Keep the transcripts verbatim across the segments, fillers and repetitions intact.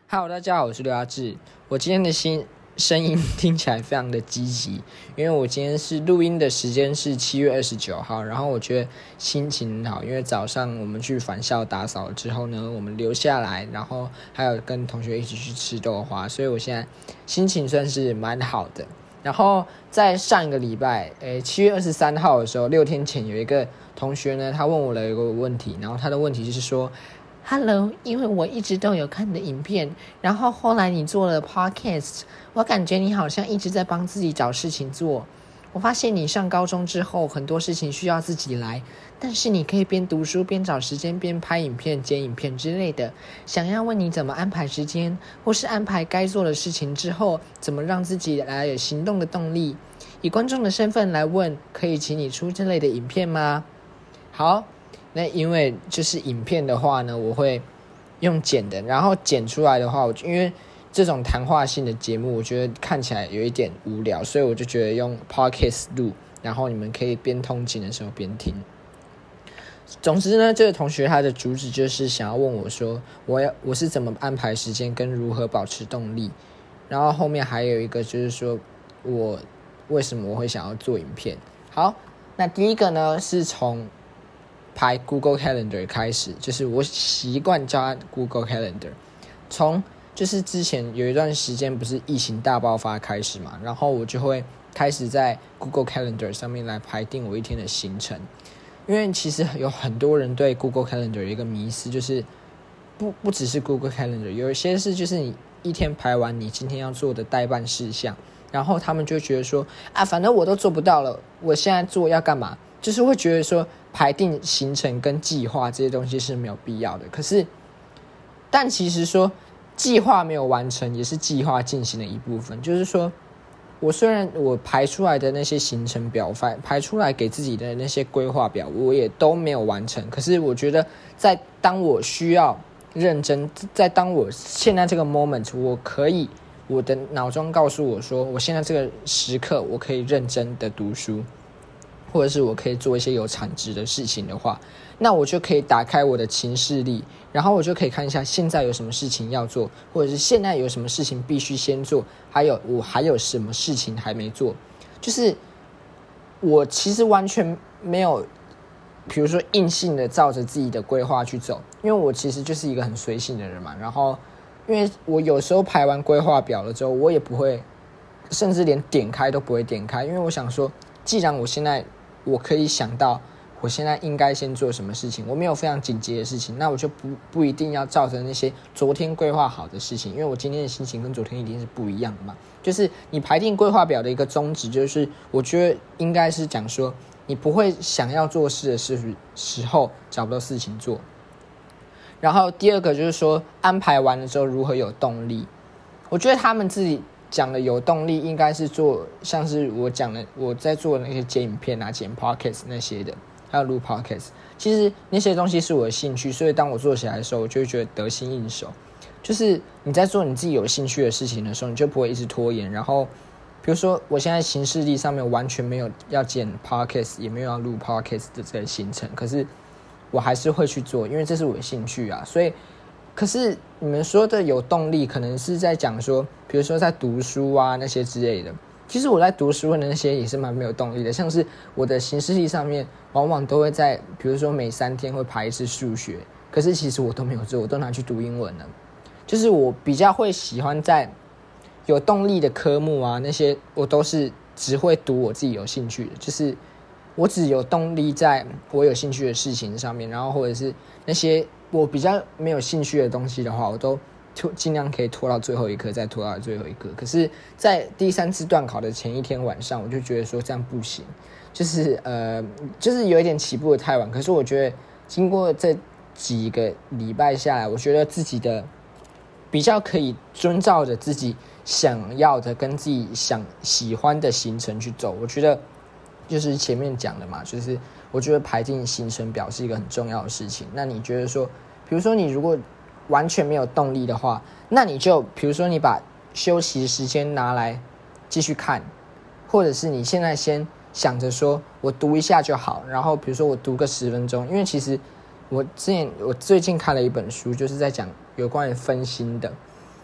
Hello， 大家好，我是刘阿志。我今天的新声音听起来非常的积极，因为我今天是录音的时间是七月二十九号，然后我觉得心情很好，因为早上我们去返校打扫了之后呢，我们留下来，然后还有跟同学一起去吃豆花，所以我现在心情算是蛮好的。然后在上一个礼拜，诶，七月二十三号的时候，六天前有一个同学呢，他问我了一个问题，然后他的问题就是说。Hello， 因为我一直都有看你的影片，然后后来你做了 podcast， 我感觉你好像一直在帮自己找事情做。我发现你上高中之后，很多事情需要自己来，但是你可以边读书边找时间边拍影片、剪影片之类的。想要问你怎么安排时间，或是安排该做的事情之后，怎么让自己来有行动的动力。以观众的身份来问，可以请你出这类的影片吗？好。那因为就是影片的话呢，我会用剪的，然后剪出来的话，我因为这种谈话性的节目，我觉得看起来有一点无聊，所以我就觉得用 podcast 录，然后你们可以边通勤的时候边听。总之呢，这个同学他的主旨就是想要问我说，我要我是怎么安排时间跟如何保持动力，然后后面还有一个就是说我为什么我会想要做影片。好，那第一个呢是从排 Google Calendar 开始，就是我习惯叫它 Google Calendar。从就是之前有一段时间不是疫情大爆发开始嘛，然后我就会开始在 Google Calendar 上面来排定我一天的行程。因为其实有很多人对 Google Calendar 有一个迷思，就是不不只是 Google Calendar， 有一些是就是你一天排完你今天要做的待办事项，然后他们就觉得说啊，反正我都做不到了，我现在做要干嘛？就是会觉得说排定行程跟计划这些东西是没有必要的。可是但其实说计划没有完成也是计划进行的一部分，就是说我虽然我排出来的那些行程表排出来给自己的那些规划表我也都没有完成，可是我觉得在当我需要认真，在当我现在这个 moment 我可以我的脑中告诉我说我现在这个时刻我可以认真的读书，或者是我可以做一些有产值的事情的话，那我就可以打开我的行事历，然后我就可以看一下现在有什么事情要做，或者是现在有什么事情必须先做，还有我还有什么事情还没做。就是我其实完全没有比如说硬性的照着自己的规划去走，因为我其实就是一个很随性的人嘛，然后因为我有时候排完规划表了之后我也不会，甚至连点开都不会点开，因为我想说既然我现在我可以想到我现在应该先做什么事情，我没有非常紧急的事情，那我就不不一定要照着那些昨天规划好的事情，因为我今天的心情跟昨天一定是不一样的嘛。就是你排定规划表的一个宗旨，就是我觉得应该是讲说你不会想要做事的时候找不到事情做。然后第二个就是说安排完了之后如何有动力，我觉得他们自己讲的有动力应该是做像是我讲的我在做的那些剪影片啊剪 podcast 那些的，还有录 podcast， 其实那些东西是我的兴趣，所以当我做起来的时候我就会觉得得心应手。就是你在做你自己有兴趣的事情的时候你就不会一直拖延，然后比如说我现在行事历上面完全没有要剪 podcast 也没有要录 podcast 的这个行程，可是我还是会去做，因为这是我的兴趣啊。所以可是你们说的有动力可能是在讲说比如说在读书啊那些之类的，其实我在读书的那些也是蛮没有动力的，像是我的行事历上面往往都会在比如说每三天会排一次数学，可是其实我都没有做，我都拿去读英文了。就是我比较会喜欢在有动力的科目啊那些我都是只会读我自己有兴趣的，就是我只有动力在我有兴趣的事情上面，然后或者是那些我比较没有兴趣的东西的话我都尽量可以拖到最后一刻再拖到最后一刻。可是在第三次段考的前一天晚上我就觉得说这样不行，就是呃就是有一点起步的太晚，可是我觉得经过这几个礼拜下来我觉得自己的比较可以遵照着自己想要的跟自己想喜欢的行程去走。我觉得就是前面讲的嘛，就是我觉得排定行程表是一个很重要的事情。那你觉得说比如说你如果完全没有动力的话，那你就比如说你把休息时间拿来继续看，或者是你现在先想着说我读一下就好，然后比如说我读个十分钟，因为其实我之前我最近看了一本书就是在讲有关于分心的，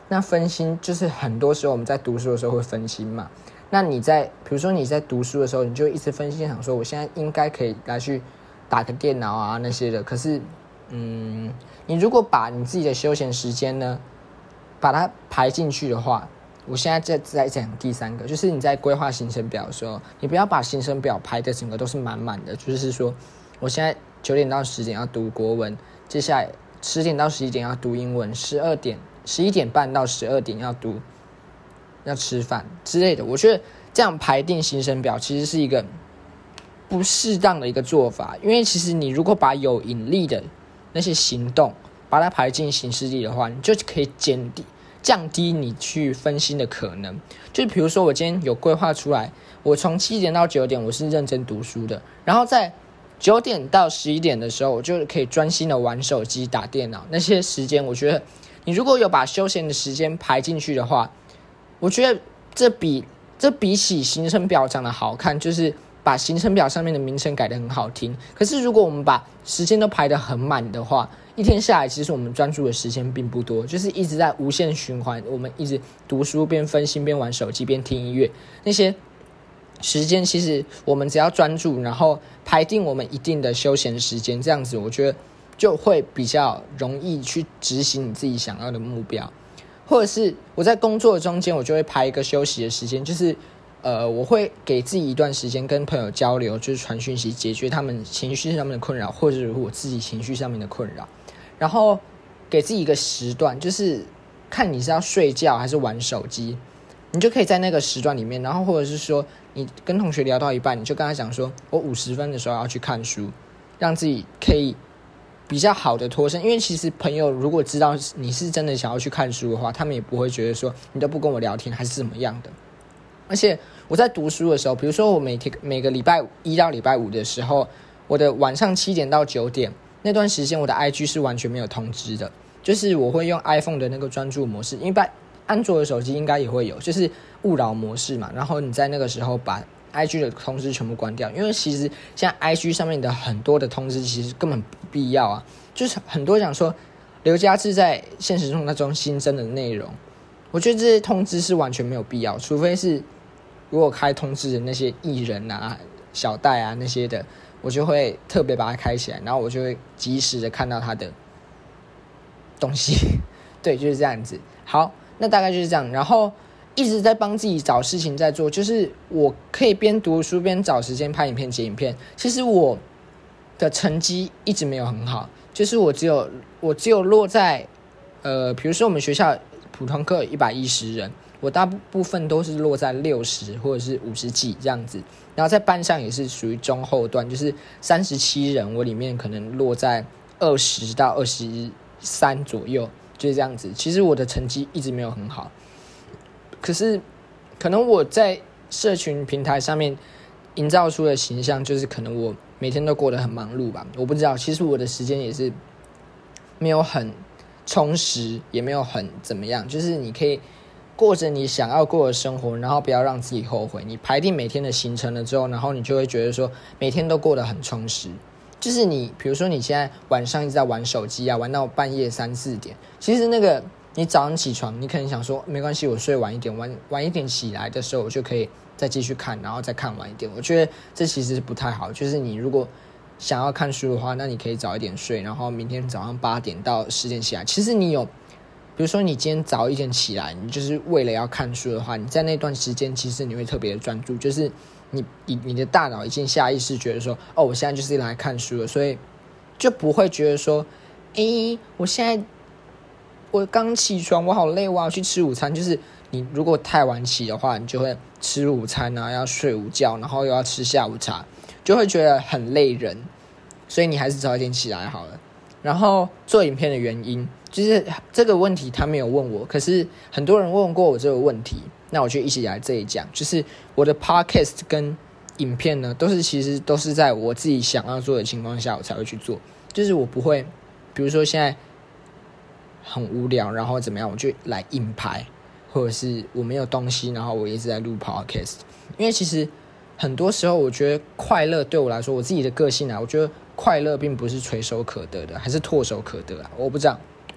那分心就是很多时候我们在读书的时候会分心嘛。那你在比如说你在读书的时候，你就一直分心，想说我现在应该可以来去打个电脑啊那些的。可是，嗯，你如果把你自己的休闲时间呢，把它排进去的话，我现在在在讲第三个，就是你在规划行程表的时候，你不要把行程表排的整个都是满满的，就是说我现在九点到十点要读国文，接下来十点到十一点要读英文，十二点十一点半到十二点要读要吃饭之类的。我觉得这样排定行程表其实是一个不适当的一个做法，因为其实你如果把有引力的那些行动把它排进行事历的话，你就可以减低降低你去分心的可能。就是比如说我今天有规划出来，我从七点到九点我是认真读书的，然后在九点到十一点的时候，我就可以专心的玩手机打电脑。那些时间我觉得你如果有把休闲的时间排进去的话，我觉得这比这比起行程表长得好看，就是把行程表上面的名称改得很好听。可是如果我们把时间都排得很满的话，一天下来其实我们专注的时间并不多，就是一直在无限循环，我们一直读书边分心边玩手机边听音乐，那些时间其实我们只要专注，然后排定我们一定的休闲时间，这样子我觉得就会比较容易去执行你自己想要的目标。或者是我在工作中间我就会排一个休息的时间，就是呃，我会给自己一段时间跟朋友交流，就是传讯息解决他们情绪上面的困扰，或者是我自己情绪上面的困扰，然后给自己一个时段，就是看你是要睡觉还是玩手机，你就可以在那个时段里面，然后或者是说你跟同学聊到一半，你就跟他讲说我五十分的时候要去看书，让自己可以比较好的脱身。因为其实朋友如果知道你是真的想要去看书的话，他们也不会觉得说你都不跟我聊天还是怎么样的。而且我在读书的时候，比如说我每天每个礼拜一到礼拜五的时候，我的晚上七点到九点那段时间，我的 I G 是完全没有通知的，就是我会用 iPhone 的那个专注模式，因为安卓的手机应该也会有，就是勿扰模式嘛。然后你在那个时候把 I G 的通知全部关掉，因为其实现在 I G 上面的很多的通知其实根本不必要啊，就是很多讲说刘家志在现实中那种新增的内容，我觉得这些通知是完全没有必要，除非是如果开通知的那些艺人啊、小戴啊那些的，我就会特别把它开起来，然后我就会及时的看到他的东西。对，就是这样子。好，那大概就是这样。然后一直在帮自己找事情在做，就是我可以边读书边找时间拍影片、剪影片。其实我的成绩一直没有很好，就是我只有我只有落在呃，比如说我们学校普通课一百一十人。我大部分都是落在六十或者是五十几这样子，然后在班上也是属于中后段，就是三十七人，我里面可能落在二十到二十三左右，就是这样子。其实我的成绩一直没有很好，可是可能我在社群平台上面营造出的形象，就是可能我每天都过得很忙碌吧，我不知道。其实我的时间也是没有很充实，也没有很怎么样，就是你可以过着你想要过的生活，然后不要让自己后悔。你排定每天的行程了之后，然后你就会觉得说每天都过得很充实。就是你比如说你现在晚上一直在玩手机啊，玩到半夜三四点，其实那个你早上起床你可能想说没关系，我睡晚一点，晚晚一点起来的时候我就可以再继续看，然后再看晚一点。我觉得这其实不太好，就是你如果想要看书的话，那你可以早一点睡，然后明天早上八点到十点起来。其实你有比如说你今天早一点起来，你就是为了要看书的话，你在那段时间其实你会特别的专注，就是你你的大脑已经下意识觉得说，哦，我现在就是来看书了，所以就不会觉得说，诶，我现在我刚起床，我好累，我要去吃午餐。就是你如果太晚起的话，你就会吃午餐啊，要睡午觉，然后又要吃下午茶，就会觉得很累人，所以你还是早一点起来好了。然后做影片的原因，就是这个问题他没有问我，可是很多人问过我这个问题，那我就一起来这里讲。就是我的 podcast 跟影片呢，都是其实都是在我自己想要做的情况下我才会去做，就是我不会比如说现在很无聊然后怎么样我就来硬拍，或者是我没有东西然后我一直在录 podcast。 因为其实很多时候我觉得快乐对我来说，我自己的个性啊，我觉得快乐并不是垂手可得的，还是唾手可得啊，我不知道。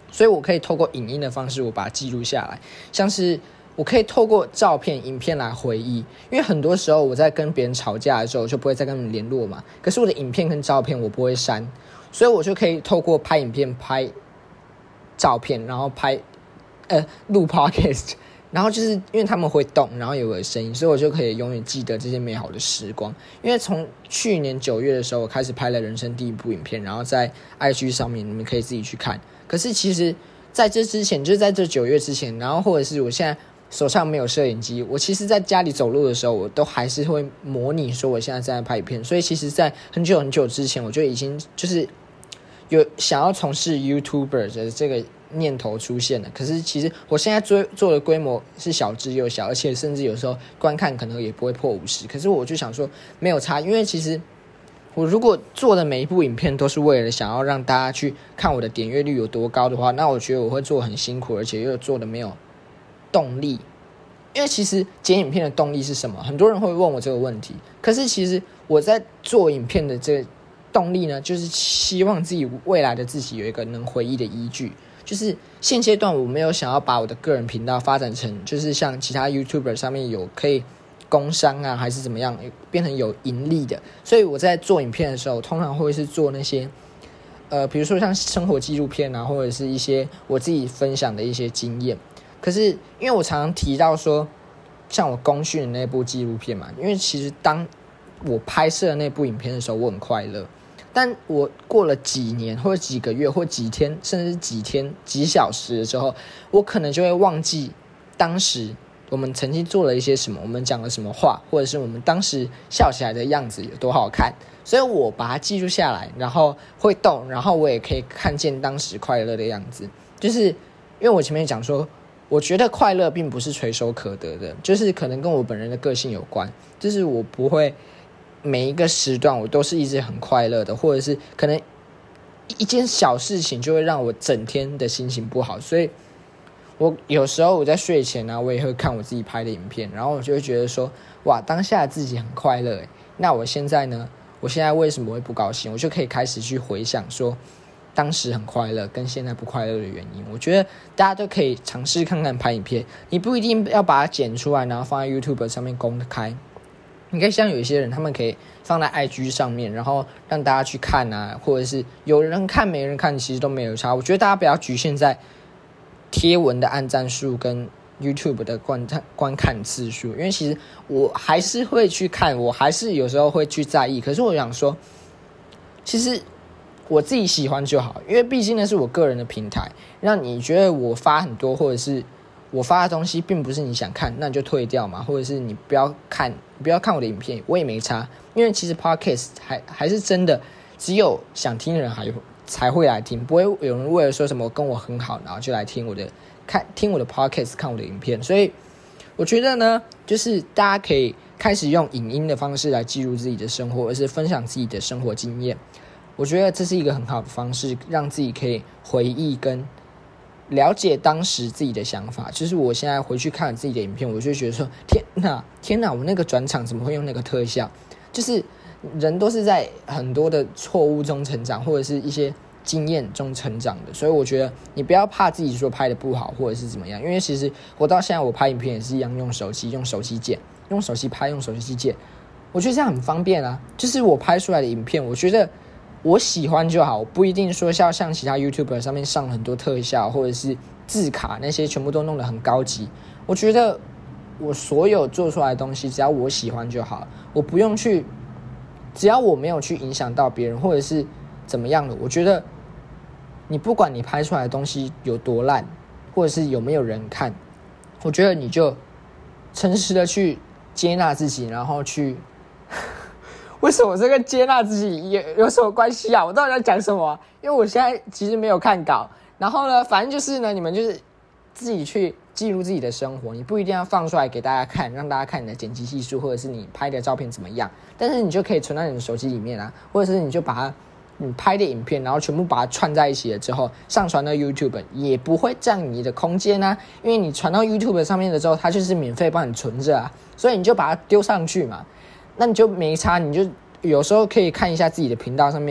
所以我可以透过影音的方式我把它记录下来，像是我可以透过照片影片来回忆，因为很多时候我在跟别人吵架的时候我就不会再跟他们联络嘛，可是我的影片跟照片我不会删，所以我就可以透过拍影片拍照片然后拍呃录 podcast， 然后就是因为他们会动然后有个声音，所以我就可以永远记得这些美好的时光。因为从去年九月的时候我开始拍了人生第一部影片，然后在 I G 上面你们可以自己去看，可是其实在这之前，就是在这九月之前，然后或者是我现在手上没有摄影机，我其实在家里走路的时候我都还是会模拟说我现在正在拍影片，所以其实在很久很久之前我就已经就是有想要从事 YouTuber 的这个念头出现了，可是其实我现在做做的规模是小之又小，而且甚至有时候观看可能也不会破五十，可是我就想说没有差，因为其实我如果做的每一部影片都是为了想要让大家去看我的点阅率有多高的话，那我觉得我会做很辛苦，而且又做的没有动力。因为其实剪影片的动力是什么？很多人会问我这个问题，可是其实我在做影片的这个动力呢，就是希望自己未来的自己有一个能回忆的依据。就是现阶段我没有想要把我的个人频道发展成就是像其他 YouTuber 上面有可以工商啊还是怎么样变成有盈利的，所以我在做影片的时候通常会是做那些呃，比如说像生活纪录片啊，或者是一些我自己分享的一些经验。可是因为我常常提到说像我公训的那部纪录片嘛，因为其实当我拍摄那部影片的时候我很快乐，但我过了几年或者几个月或几天甚至几天几小时的时候，我可能就会忘记当时我们曾经做了一些什么，我们讲了什么话，或者是我们当时笑起来的样子有多好看，所以我把它记录下来，然后会动，然后我也可以看见当时快乐的样子。就是因为我前面讲说我觉得快乐并不是垂手可得的，就是可能跟我本人的个性有关，就是我不会每一个时段我都是一直很快乐的，或者是可能一件小事情就会让我整天的心情不好，所以我有时候我在睡前啊，我也会看我自己拍的影片，然后我就会觉得说哇，当下自己很快乐耶，那我现在呢我现在为什么会不高兴，我就可以开始去回想说当时很快乐跟现在不快乐的原因。我觉得大家都可以尝试看看拍影片，你不一定要把它剪出来然后放在 YouTube 上面公开，你可以像有一些人他们可以放在 I G 上面，然后让大家去看啊，或者是有人看没人看其实都没有差。我觉得大家不要局限在贴文的按赞数跟 YouTube 的观看观看次数，因为其实我还是会去看，我还是有时候会去在意，可是我想说其实我自己喜欢就好，因为毕竟那是我个人的平台，让你觉得我发很多或者是我发的东西并不是你想看，那你就退掉嘛，或者是你不要看不要看我的影片，我也没差，因为其实 Podcast 还还是真的只有想听的人还有才会来听，不会有人为了说什么跟我很好然后就来听我的看听我的 podcast 看我的影片。所以我觉得呢就是大家可以开始用影音的方式来记录自己的生活，而是分享自己的生活经验。我觉得这是一个很好的方式，让自己可以回忆跟了解当时自己的想法。就是我现在回去看自己的影片，我就觉得说天哪天哪我那个转场怎么会用那个特效，就是人都是在很多的错误中成长，或者是一些经验中成长的，所以我觉得你不要怕自己说拍的不好或者是怎么样，因为其实我到现在我拍影片也是一样用手机用手机剪用手机拍用手机剪，我觉得这样很方便啊。就是我拍出来的影片我觉得我喜欢就好，我不一定说要像其他 YouTuber 上面上了很多特效或者是字卡那些全部都弄得很高级。我觉得我所有做出来的东西只要我喜欢就好，我不用去只要我没有去影响到别人或者是怎么样的，我觉得你不管你拍出来的东西有多烂或者是有没有人看，我觉得你就诚实的去接纳自己，然后去为什么这个接纳自己有有什么关系啊？我到底在讲什么啊？因为我现在其实没有看稿，然后呢反正就是呢你们就是自己去记录自己的生活，你不一定要放出来给大家看，让大家看你的剪辑技术或者是你拍的照片怎么样，但是你就可以存到你的手机里面啊，或者是你就把它你拍的影片然后全部把它串在一起了之后上传到 YouTube， 也不会占你的空间啊，因为你传到 YouTube 上面的时候它就是免费帮你存着啊，所以你就把它丢上去嘛，那你就没差，你就有时候可以看一下自己的频道上面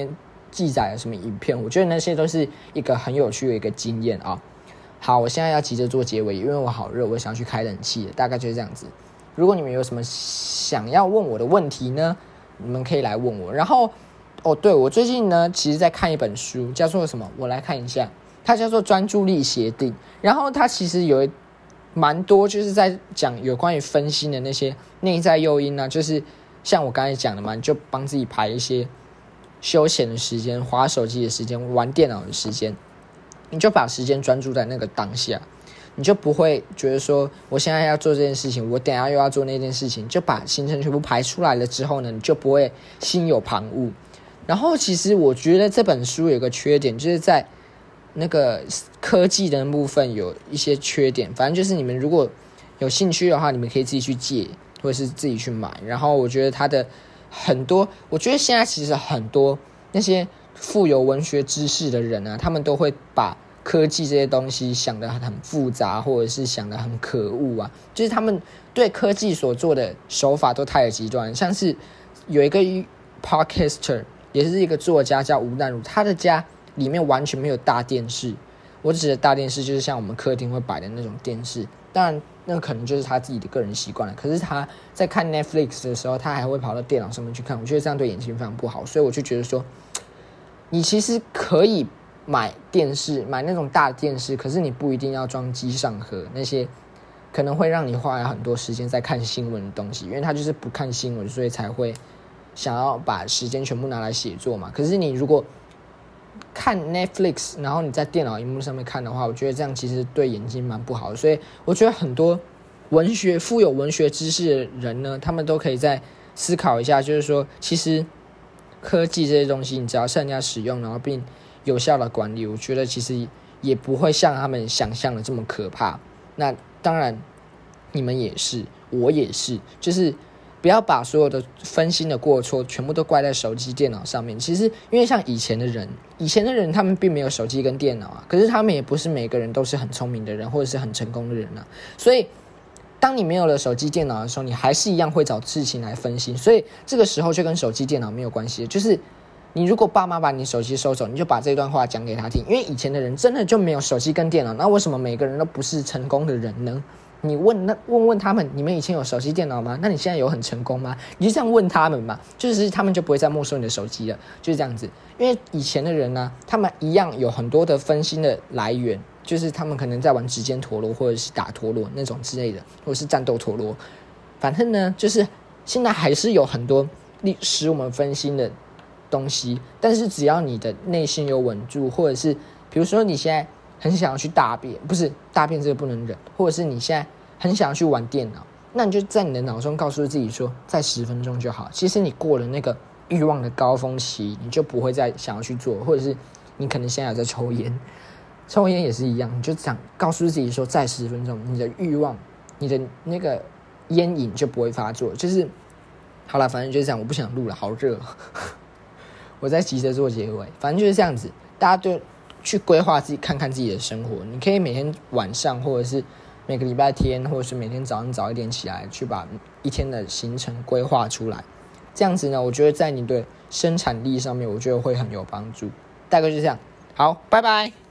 记载了什么影片，我觉得那些都是一个很有趣的一个经验啊。好，我现在要急着做结尾，因为我好热，我想要去开冷气了，大概就是这样子。如果你们有什么想要问我的问题呢，你们可以来问我。然后哦，对，我最近呢，其实在看一本书，叫做什么？我来看一下，它叫做《专注力协定》。然后它其实有蛮多，就是在讲有关于分析的那些内在诱因啊，就是像我刚才讲的嘛，你就帮自己排一些休闲的时间、滑手机的时间、玩电脑的时间，你就把时间专注在那个当下。你就不会觉得说我现在要做这件事情，我等一下又要做那件事情，就把行程全部排出来了之后呢，你就不会心有旁骛。然后其实我觉得这本书有个缺点，就是在那个科技的部分有一些缺点，反正就是你们如果有兴趣的话，你们可以自己去借或者是自己去买。然后我觉得它的很多，我觉得现在其实很多那些富有文学知识的人啊，他们都会把科技这些东西想得很复杂，或者是想得很可恶啊，就是他们对科技所做的手法都太极端。像是有一个 podcaster 也是一个作家叫吴淡如，他的家里面完全没有大电视，我指的大电视就是像我们客厅会摆的那种电视，当然那可能就是他自己的个人习惯了。可是他在看 Netflix 的时候，他还会跑到电脑上面去看，我觉得这样对眼睛非常不好。所以我就觉得说，你其实可以买电视，买那种大电视，可是你不一定要装机上盒，那些可能会让你花很多时间在看新闻的东西，因为他就是不看新闻，所以才会想要把时间全部拿来写作嘛。可是你如果看 Netflix， 然后你在电脑荧幕上面看的话，我觉得这样其实对眼睛蛮不好的。所以我觉得很多文学富有文学知识的人呢，他们都可以再思考一下，就是说其实科技这些东西，你只要善加使用，然后并有效的管理，我觉得其实也不会像他们想象的这么可怕。那当然你们也是，我也是，就是不要把所有的分心的过错全部都怪在手机电脑上面。其实因为像以前的人以前的人他们并没有手机跟电脑啊，可是他们也不是每个人都是很聪明的人或者是很成功的人啊。所以当你没有了手机电脑的时候，你还是一样会找事情来分心，所以这个时候就跟手机电脑没有关系，就是你如果爸妈把你手机收走，你就把这段话讲给他听。因为以前的人真的就没有手机跟电脑，那为什么每个人都不是成功的人呢？你问那问问他们，你们以前有手机电脑吗？那你现在有很成功吗？你就这样问他们嘛，就是他们就不会再没收你的手机了，就是这样子。因为以前的人呢、啊，他们一样有很多的分心的来源，就是他们可能在玩指尖陀螺或者是打陀螺那种之类的，或者是战斗陀螺。反正呢，就是现在还是有很多使我们分心的东西，但是只要你的内心有稳住，或者是比如说你现在很想要去大便，不是大便这个不能忍，或者是你现在很想要去玩电脑，那你就在你的脑中告诉自己说，再十分钟就好。其实你过了那个欲望的高峰期，你就不会再想要去做，或者是你可能现在有在抽烟，抽烟也是一样，你就想告诉自己说，再十分钟，你的欲望，你的那个烟瘾就不会发作。就是好了，反正就是这样，我不想录了，好热。我在急着做结尾，反正就是这样子，大家就去规划自己，看看自己的生活。你可以每天晚上，或者是每个礼拜天，或者是每天早上早一点起来，去把一天的行程规划出来。这样子呢，我觉得在你的生产力上面，我觉得会很有帮助。大概就这样，好，拜拜。